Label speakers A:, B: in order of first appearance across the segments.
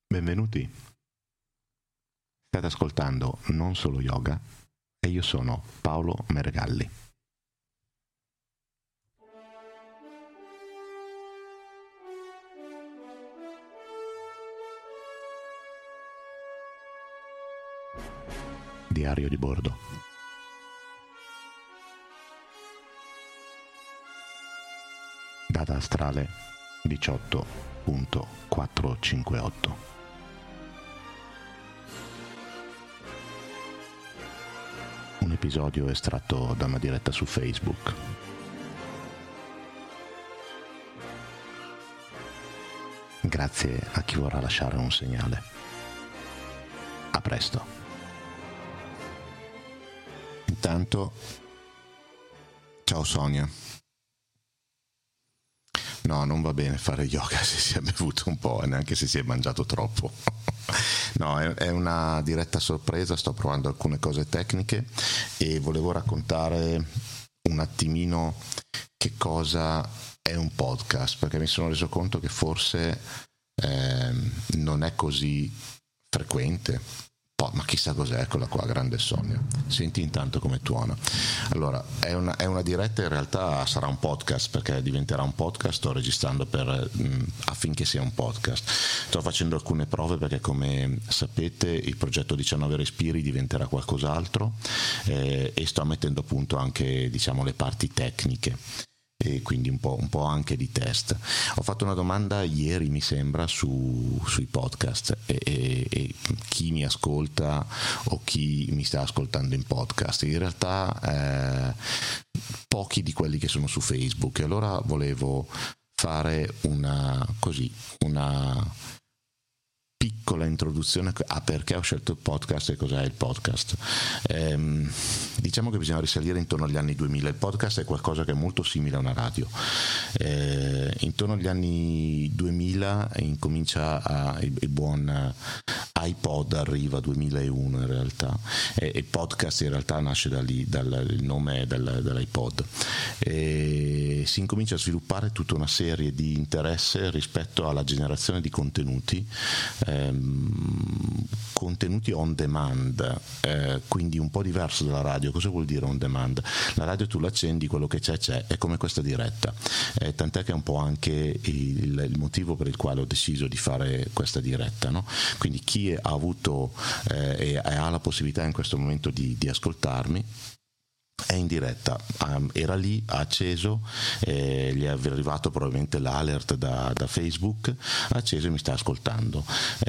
A: Benvenuti. State ascoltando Non Solo Yoga e io sono Paolo Mergalli. Diario di bordo. Data astrale 18.458. Un episodio estratto da una diretta su Facebook. Grazie a chi vorrà lasciare un segnale. A presto. Intanto, ciao Sonia. No, non va bene fare yoga se si è bevuto un po' e neanche se si è mangiato troppo. No, è una diretta sorpresa, sto provando alcune cose tecniche e volevo raccontare un attimino che cosa è un podcast, perché mi sono reso conto che forse non è così frequente. Ma chissà cos'è, eccola qua, grande Sonia. Senti intanto come tuona. Allora, è una diretta, in realtà sarà un podcast, perché diventerà un podcast. Sto registrando affinché sia un podcast. Sto facendo alcune prove perché, come sapete, il progetto 19 Respiri diventerà qualcos'altro e sto mettendo a punto anche, diciamo, le parti tecniche. E quindi un po' anche di test. Ho fatto una domanda ieri, mi sembra, sui podcast e chi mi ascolta o chi mi sta ascoltando in podcast. In realtà pochi di quelli che sono su Facebook, e allora volevo fare una piccola introduzione a perché ho scelto il podcast e cos'è il podcast. Diciamo che bisogna risalire intorno agli anni 2000. Il podcast è qualcosa che è molto simile a una radio. Intorno agli anni 2000 incomincia il buon iPod, arriva 2001 in realtà, e il podcast in realtà nasce da lì, dal nome dell'iPod, e si incomincia a sviluppare tutta una serie di interesse rispetto alla generazione di contenuti on demand, quindi un po' diverso dalla radio. Cosa vuol dire on demand? La radio tu l'accendi, quello che c'è, è come questa diretta, tant'è che è un po' anche il motivo per il quale ho deciso di fare questa diretta, no? Quindi chi ha avuto e ha la possibilità in questo momento di ascoltarmi è in diretta, era lì, ha acceso, gli è arrivato probabilmente l'alert da Facebook, ha acceso e mi sta ascoltando.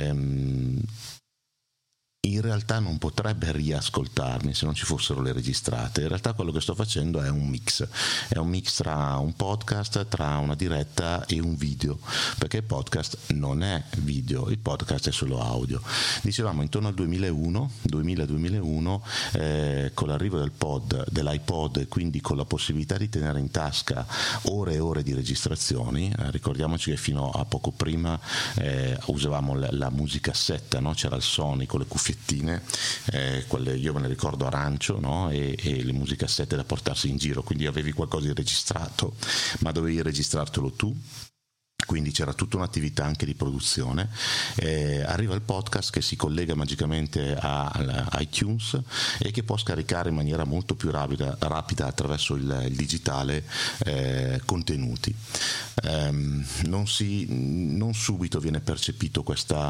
A: In realtà non potrebbe riascoltarmi se non ci fossero le registrate. In realtà quello che sto facendo è un mix tra un podcast, tra una diretta e un video, perché il podcast non è video, il podcast è solo audio. Dicevamo intorno al 2000-2001, con l'arrivo dell'iPod, e quindi con la possibilità di tenere in tasca ore e ore di registrazioni. Ricordiamoci che fino a poco prima usavamo la musicassetta, no? C'era il Sony con le cuffiettine, quelle io me ne ricordo arancio, no? e le musicassette da portarsi in giro, quindi avevi qualcosa di registrato ma dovevi registrartelo tu. Quindi c'era tutta un'attività anche di produzione. Arriva il podcast che si collega magicamente a iTunes e che può scaricare in maniera molto più rapida attraverso il digitale contenuti. Non subito viene percepito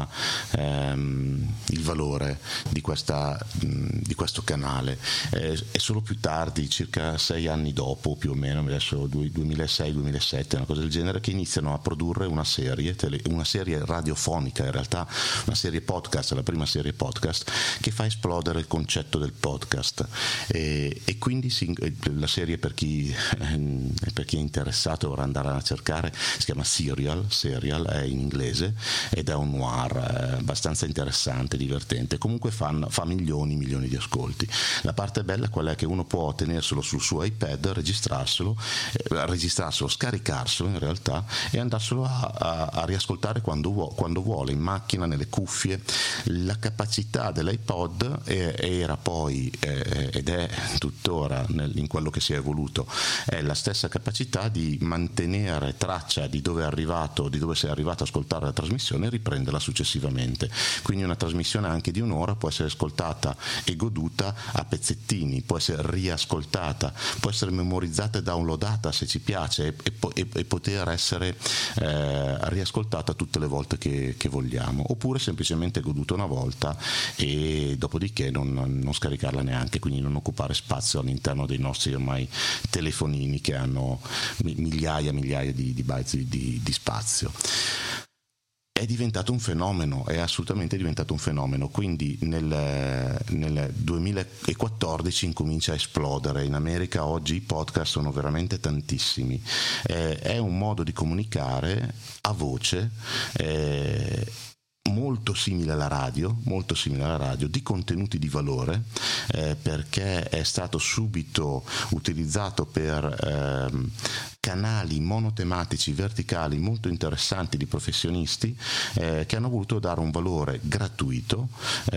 A: il valore di questo canale. È solo più tardi, circa 6 anni dopo più o meno, adesso 2006-2007, una cosa del genere, che iniziano a produrre una serie radiofonica, in realtà una serie podcast, la prima serie podcast che fa esplodere il concetto del podcast, e quindi la serie, per chi è interessato e vorrà andare a cercare, si chiama Serial, è in inglese ed è un noir abbastanza interessante, divertente. Comunque fa milioni di ascolti. La parte bella qual è? Che uno può tenerselo sul suo iPad, registrarselo, scaricarselo in realtà e andarselo a riascoltare quando vuole, in macchina, nelle cuffie. La capacità dell'iPod era poi ed è tuttora in quello che si è evoluto, è la stessa capacità di mantenere traccia di dove è arrivato, di dove sei arrivato a ascoltare la trasmissione e riprenderla successivamente. Quindi una trasmissione anche di un'ora può essere ascoltata e goduta a pezzettini, può essere riascoltata, può essere memorizzata e downloadata se ci piace e poter essere riascoltata tutte le volte che vogliamo, oppure semplicemente goduta una volta e dopodiché non scaricarla neanche, quindi non occupare spazio all'interno dei nostri ormai telefonini che hanno migliaia di bytes di spazio. È diventato un fenomeno, è assolutamente diventato un fenomeno, quindi nel 2014 incomincia a esplodere. In America oggi i podcast sono veramente tantissimi, è un modo di comunicare a voce, molto simile alla radio, di contenuti di valore, perché è stato subito utilizzato per canali monotematici verticali molto interessanti di professionisti che hanno voluto dare un valore gratuito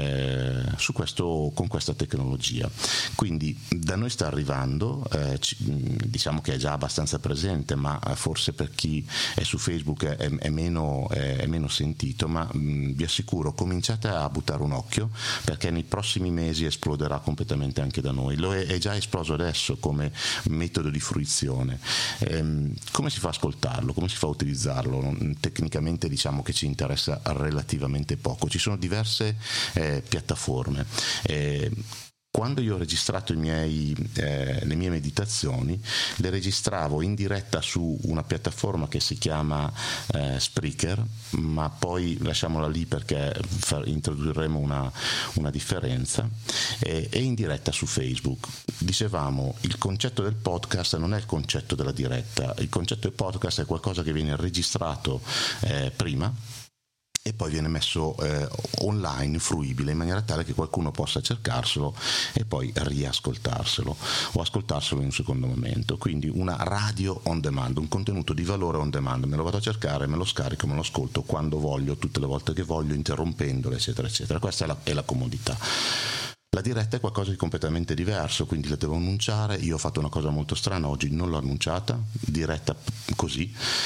A: con questa tecnologia. Quindi da noi sta arrivando, diciamo che è già abbastanza presente, ma forse per chi è su Facebook è meno sentito, ma vi assicuro, cominciate a buttare un occhio, perché nei prossimi mesi esploderà completamente anche da noi. È già esploso adesso come metodo di fruizione. Come si fa a ascoltarlo? Come si fa a utilizzarlo? Tecnicamente diciamo che ci interessa relativamente poco. Ci sono diverse piattaforme. Quando io ho registrato le mie meditazioni, le registravo in diretta su una piattaforma che si chiama Spreaker, ma poi lasciamola lì perché introdurremo una differenza, e in diretta su Facebook. Dicevamo, il concetto del podcast non è il concetto della diretta, il concetto del podcast è qualcosa che viene registrato prima e poi viene messo online, fruibile, in maniera tale che qualcuno possa cercarselo e poi riascoltarselo o ascoltarselo in un secondo momento. Quindi una radio on demand, un contenuto di valore on demand. Me lo vado a cercare, me lo scarico, me lo ascolto quando voglio, tutte le volte che voglio, interrompendolo, eccetera, eccetera. Questa è la comodità. La diretta è qualcosa di completamente diverso, quindi la devo annunciare. Io ho fatto una cosa molto strana, oggi non l'ho annunciata, diretta così.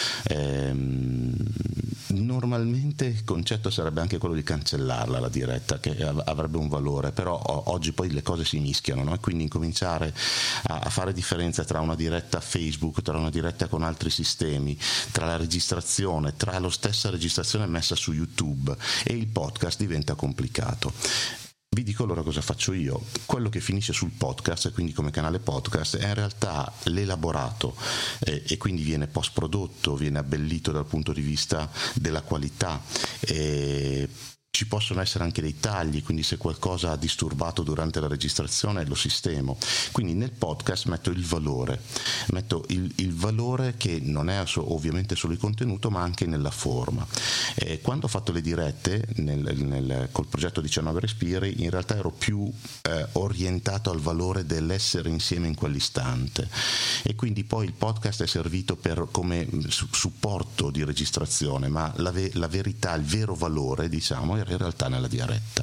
A: Normalmente il concetto sarebbe anche quello di cancellarla, la diretta, che avrebbe un valore, però oggi poi le cose si mischiano, no? E quindi incominciare a fare differenza tra una diretta Facebook, tra una diretta con altri sistemi, tra la registrazione, tra la stessa registrazione messa su YouTube e il podcast diventa complicato. Vi dico allora cosa faccio io. Quello che finisce sul podcast, quindi come canale podcast, è in realtà l'elaborato e quindi viene post prodotto, viene abbellito dal punto di vista della qualità. Ci possono essere anche dei tagli, quindi se qualcosa ha disturbato durante la registrazione lo sistemo. Quindi nel podcast metto il valore che non è ovviamente solo il contenuto, ma anche nella forma. Quando ho fatto le dirette col progetto 19 Respiri, in realtà ero più orientato al valore dell'essere insieme in quell'istante, e quindi poi il podcast è servito come supporto di registrazione, ma la verità, il vero valore, diciamo, in realtà nella diretta.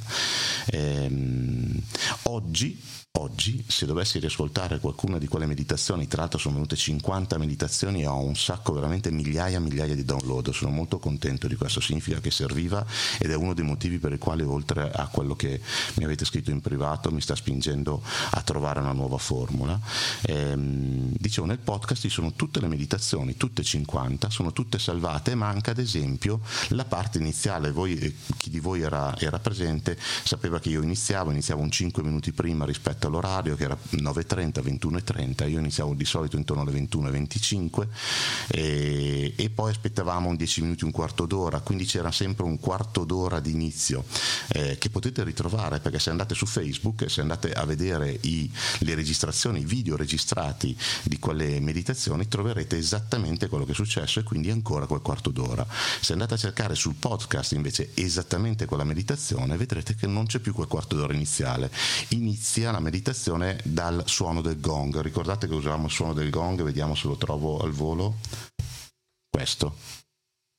A: Oggi, se dovessi riascoltare qualcuna di quelle meditazioni, tra l'altro sono venute 50 meditazioni e ho un sacco, veramente migliaia di download, sono molto contento di questo, significa che serviva, ed è uno dei motivi per i quali, oltre a quello che mi avete scritto in privato, mi sta spingendo a trovare una nuova formula. Dicevo, nel podcast ci sono tutte le meditazioni, tutte 50, sono tutte salvate, manca ad esempio la parte iniziale. Chi di voi era presente sapeva che io iniziavo un 5 minuti prima rispetto all'orario, che era 9:30, 21:30. Io iniziavo di solito intorno alle 21:25 e poi aspettavamo un 10 minuti, un quarto d'ora, quindi c'era sempre un quarto d'ora di inizio che potete ritrovare, perché se andate su Facebook, se andate a vedere le registrazioni, i video registrati di quelle meditazioni, troverete esattamente quello che è successo e quindi ancora quel quarto d'ora. Se andate a cercare sul podcast invece esattamente quella meditazione, vedrete che non c'è più quel quarto d'ora iniziale, inizia la meditazione dal suono del gong. Ricordate che usavamo il suono del gong? Vediamo se lo trovo al volo. Questo.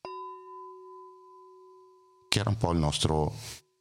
A: era un po' il nostro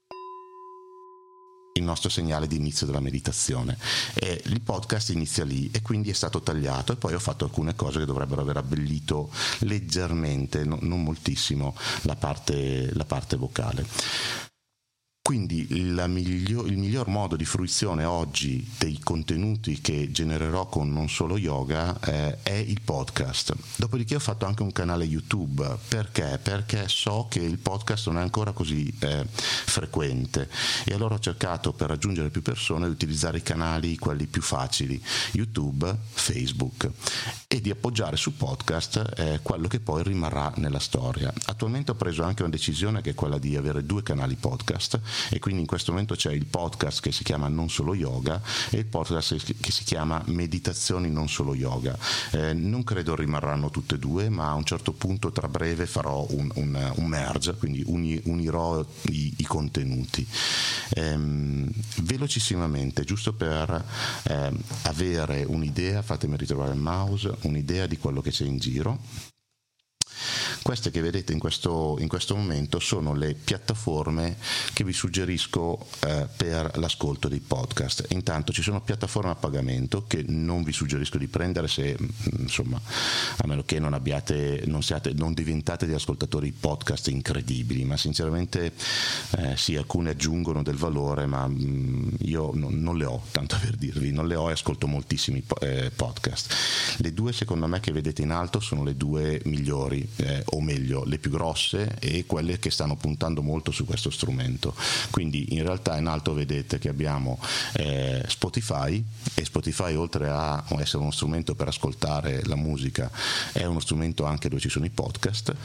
A: segnale di inizio della meditazione. E il podcast inizia lì e quindi è stato tagliato, e poi ho fatto alcune cose che dovrebbero aver abbellito leggermente, non moltissimo, la parte vocale. Quindi il miglior modo di fruizione oggi dei contenuti che genererò con Non Solo Yoga è il podcast. Dopodiché ho fatto anche un canale YouTube. Perché? Perché so che il podcast non è ancora così frequente, e allora ho cercato, per raggiungere più persone, di utilizzare i canali, quelli più facili, YouTube, Facebook, e di appoggiare su podcast quello che poi rimarrà nella storia. Attualmente ho preso anche una decisione, che è quella di avere 2 canali podcast, e quindi in questo momento c'è il podcast che si chiama Non Solo Yoga e il podcast che si chiama Meditazioni Non Solo Yoga. Non credo rimarranno tutte e 2, ma a un certo punto, tra breve, farò un merge, quindi unirò i contenuti. Velocissimamente, giusto per avere un'idea, fatemi ritrovare il mouse, un'idea di quello che c'è in giro. Queste che vedete in questo momento sono le piattaforme che vi suggerisco per l'ascolto dei podcast. Intanto ci sono piattaforme a pagamento che non vi suggerisco di prendere, se insomma, a meno che non diventate degli ascoltatori podcast incredibili, ma sinceramente sì, alcune aggiungono del valore, ma io non le ho, tanto per dirvi, non le ho, e ascolto moltissimi podcast. Le 2 secondo me che vedete in alto sono le 2 migliori, o meglio le più grosse, e quelle che stanno puntando molto su questo strumento. Quindi in realtà in alto vedete che abbiamo Spotify, e Spotify, oltre a essere uno strumento per ascoltare la musica, è uno strumento anche dove ci sono i podcast,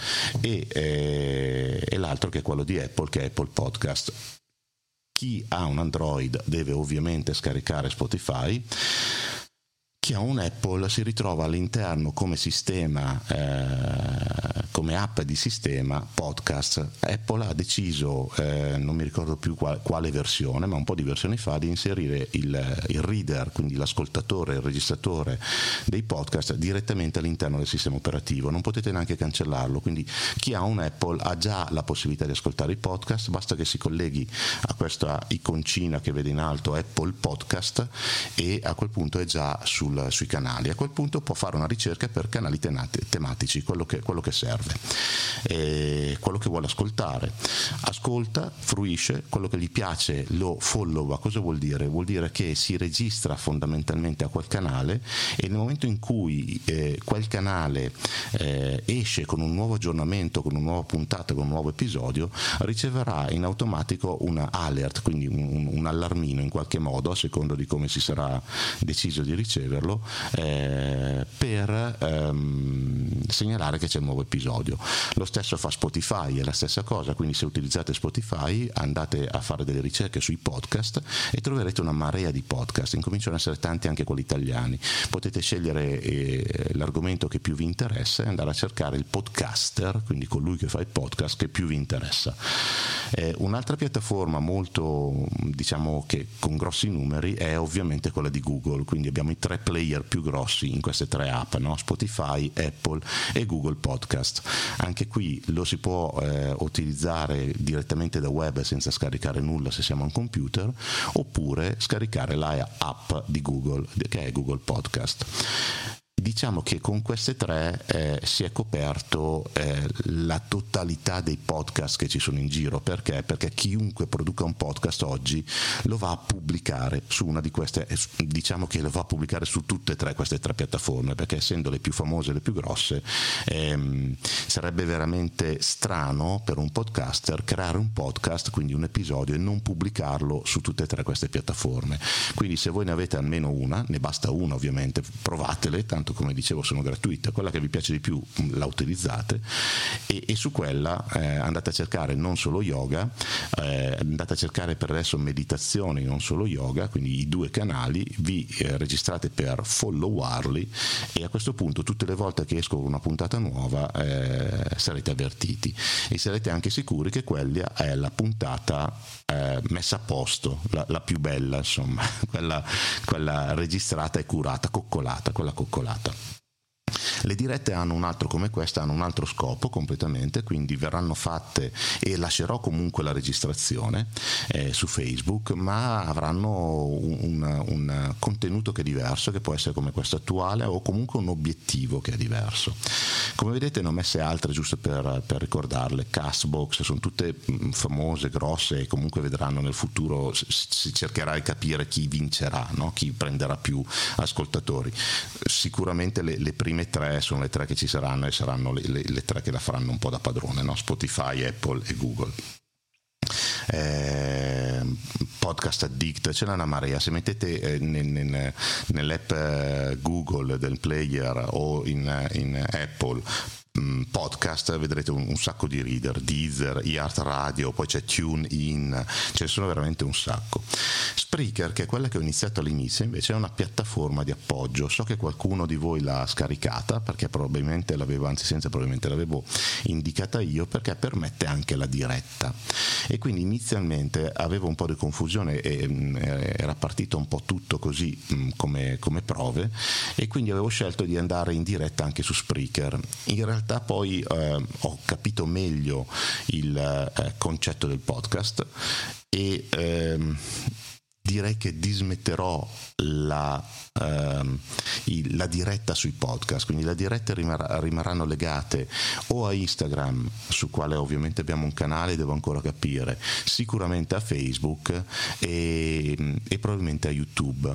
A: e l'altro che è quello di Apple, che è Apple Podcast. Chi ha un Android deve ovviamente scaricare Spotify. Chi ha un Apple si ritrova all'interno come sistema, come app di sistema podcast. Apple ha deciso, non mi ricordo più quale versione, ma un po' di versioni fa, di inserire il reader, quindi l'ascoltatore, il registratore dei podcast, direttamente all'interno del sistema operativo. Non potete neanche cancellarlo, quindi chi ha un Apple ha già la possibilità di ascoltare i podcast, basta che si colleghi a questa iconcina che vede in alto, Apple Podcast, e a quel punto è già sui canali. A quel punto può fare una ricerca per canali tematici, quello che serve, quello che vuole ascoltare, ascolta, fruisce, quello che gli piace lo followa. Cosa vuol dire? Vuol dire che si registra fondamentalmente a quel canale, e nel momento in cui quel canale esce con un nuovo aggiornamento, con una nuova puntata, con un nuovo episodio, riceverà in automatico un alert, quindi un allarmino in qualche modo, a secondo di come si sarà deciso di riceverlo, per segnalare che c'è un nuovo episodio. Lo stesso fa Spotify, è la stessa cosa, quindi se utilizzate Spotify andate a fare delle ricerche sui podcast e troverete una marea di podcast, incominciano ad essere tanti anche quelli italiani. Potete scegliere l'argomento che più vi interessa e andare a cercare il podcaster, quindi colui che fa il podcast che più vi interessa. Un'altra piattaforma molto, diciamo, che con grossi numeri è ovviamente quella di Google, quindi abbiamo i 3 player più grossi in queste 3 app, no? Spotify, Apple e Google Podcast. Anche qui lo si può utilizzare direttamente da web senza scaricare nulla se siamo a un computer, oppure scaricare la app di Google, che è Google Podcast. Diciamo che con queste 3 si è coperto la totalità dei podcast che ci sono in giro. Perché? Perché chiunque produca un podcast oggi lo va a pubblicare su una di queste, diciamo che lo va a pubblicare su tutte e 3 queste 3 piattaforme, perché essendo le più famose e le più grosse, sarebbe veramente strano per un podcaster creare un podcast, quindi un episodio, e non pubblicarlo su tutte e 3 queste piattaforme. Quindi se voi ne avete almeno una, ne basta una ovviamente, provatele, tanto come dicevo sono gratuite, quella che vi piace di più la utilizzate, e su quella andate a cercare Non Solo Yoga, andate a cercare per adesso Meditazioni Non Solo Yoga, quindi i 2 canali, vi registrate per followarli, e a questo punto tutte le volte che esco una puntata nuova sarete avvertiti, e sarete anche sicuri che quella è la puntata messa a posto, la più bella, insomma, quella registrata e curata, quella coccolata. Le dirette hanno un altro, come questa, hanno un altro scopo completamente, quindi verranno fatte, e lascerò comunque la registrazione su Facebook, ma avranno un contenuto che è diverso, che può essere come questo attuale, o comunque un obiettivo che è diverso. Come vedete ne ho messe altre giusto per ricordarle. Castbox sono tutte famose, grosse, e comunque vedranno nel futuro, si cercherà di capire chi vincerà, no? Chi prenderà più ascoltatori. Sicuramente le prime tre sono le tre che ci saranno, e saranno le tre che la faranno un po' da padrone, no? Spotify, Apple e Google. Podcast Addict, ce n'è una marea. Se mettete nell'app Google del player o in Apple podcast, vedrete un sacco di reader, Deezer, iHeart Radio, poi c'è TuneIn, ce ne sono veramente un sacco. Spreaker, che è quella che ho iniziato all'inizio, invece è una piattaforma di appoggio. So che qualcuno di voi l'ha scaricata, perché probabilmente l'avevo indicata io, perché permette anche la diretta, e quindi inizialmente avevo un po' di confusione e era partito un po' tutto così come prove, e quindi avevo scelto di andare in diretta anche su Spreaker. In realtà poi ho capito meglio il concetto del podcast, e direi che dismetterò la diretta sui podcast, quindi le dirette rimarranno legate o a Instagram, su quale ovviamente abbiamo un canale, devo ancora capire, sicuramente a Facebook e probabilmente a YouTube.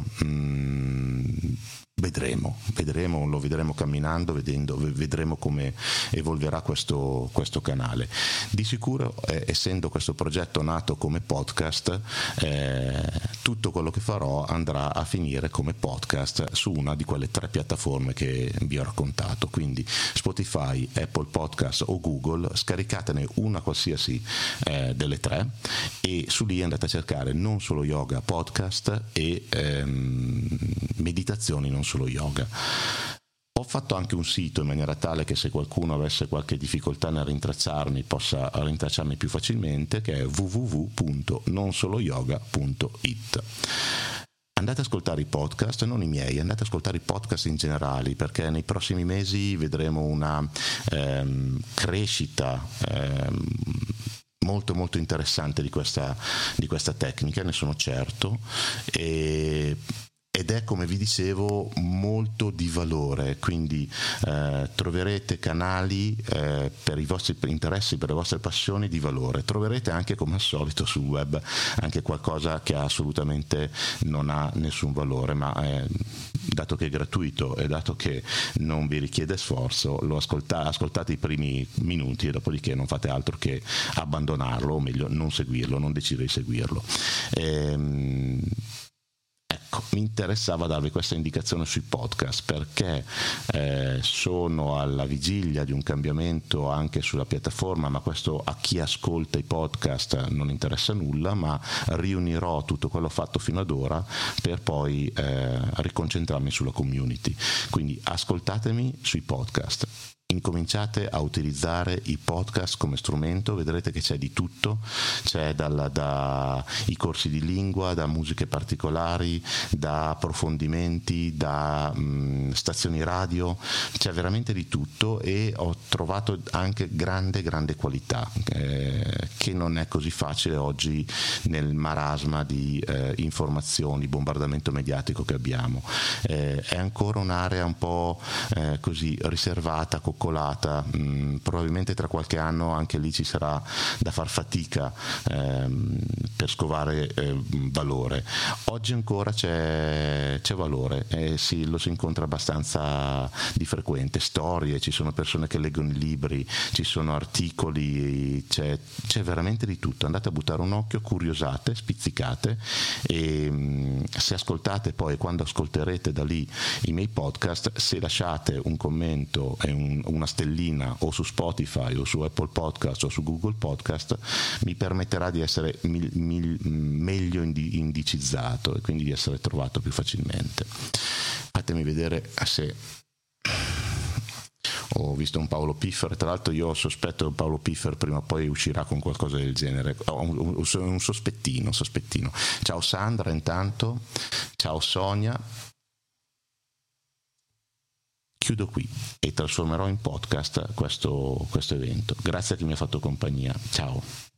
A: Vedremo, lo vedremo camminando, vedremo come evolverà questo canale. Di sicuro, essendo questo progetto nato come podcast, tutto quello che farò andrà a finire come podcast su una di quelle tre piattaforme che vi ho raccontato, quindi Spotify, Apple Podcast o Google. Scaricatene una qualsiasi delle tre, e su lì andate a cercare Non Solo Yoga Podcast e meditazioni non solo yoga. Ho fatto anche un sito in maniera tale che se qualcuno avesse qualche difficoltà nel rintracciarmi possa rintracciarmi più facilmente, che è www.nonsoloyoga.it. Andate ad ascoltare i podcast, non i miei, andate ad ascoltare i podcast in generale, perché nei prossimi mesi vedremo una crescita molto molto interessante di questa tecnica, ne sono certo, ed è, come vi dicevo, molto di valore, quindi troverete canali per i vostri interessi, per le vostre passioni di valore. Troverete anche, come al solito sul web, anche qualcosa che assolutamente non ha nessun valore, ma dato che è gratuito e dato che non vi richiede sforzo, ascoltate i primi minuti e dopodiché non fate altro che abbandonarlo, o meglio non seguirlo, non decidere di seguirlo. Ecco, mi interessava darvi questa indicazione sui podcast, perché sono alla vigilia di un cambiamento anche sulla piattaforma, ma questo a chi ascolta i podcast non interessa nulla, ma riunirò tutto quello fatto fino ad ora per poi riconcentrarmi sulla community. Quindi ascoltatemi sui podcast. Incominciate a utilizzare i podcast come strumento, vedrete che c'è di tutto, c'è da i corsi di lingua, da musiche particolari, da approfondimenti, da stazioni radio, c'è veramente di tutto, e ho trovato anche grande qualità, che non è così facile oggi nel marasma di informazioni, bombardamento mediatico che abbiamo. È ancora un'area un po' così riservata, coccolata, probabilmente tra qualche anno anche lì ci sarà da far fatica per scovare valore. Oggi ancora c'è valore, lo si incontra abbastanza di frequente, storie, ci sono persone che leggono i libri, ci sono articoli, c'è veramente di tutto. Andate a buttare un occhio, curiosate, spizzicate, e se ascoltate poi, quando ascolterete da lì i miei podcast, se lasciate un commento e una stellina o su Spotify o su Apple Podcast o su Google Podcast, mi permetterà di essere meglio indicizzato e quindi di essere trovato più facilmente. Fatemi vedere se ho visto un Paolo Piffer. Tra l'altro io sospetto che Paolo Piffer prima o poi uscirà con qualcosa del genere, ho un sospettino. Ciao Sandra, intanto ciao Sonia, chiudo qui e trasformerò in podcast questo evento. Grazie a chi mi ha fatto compagnia. Ciao.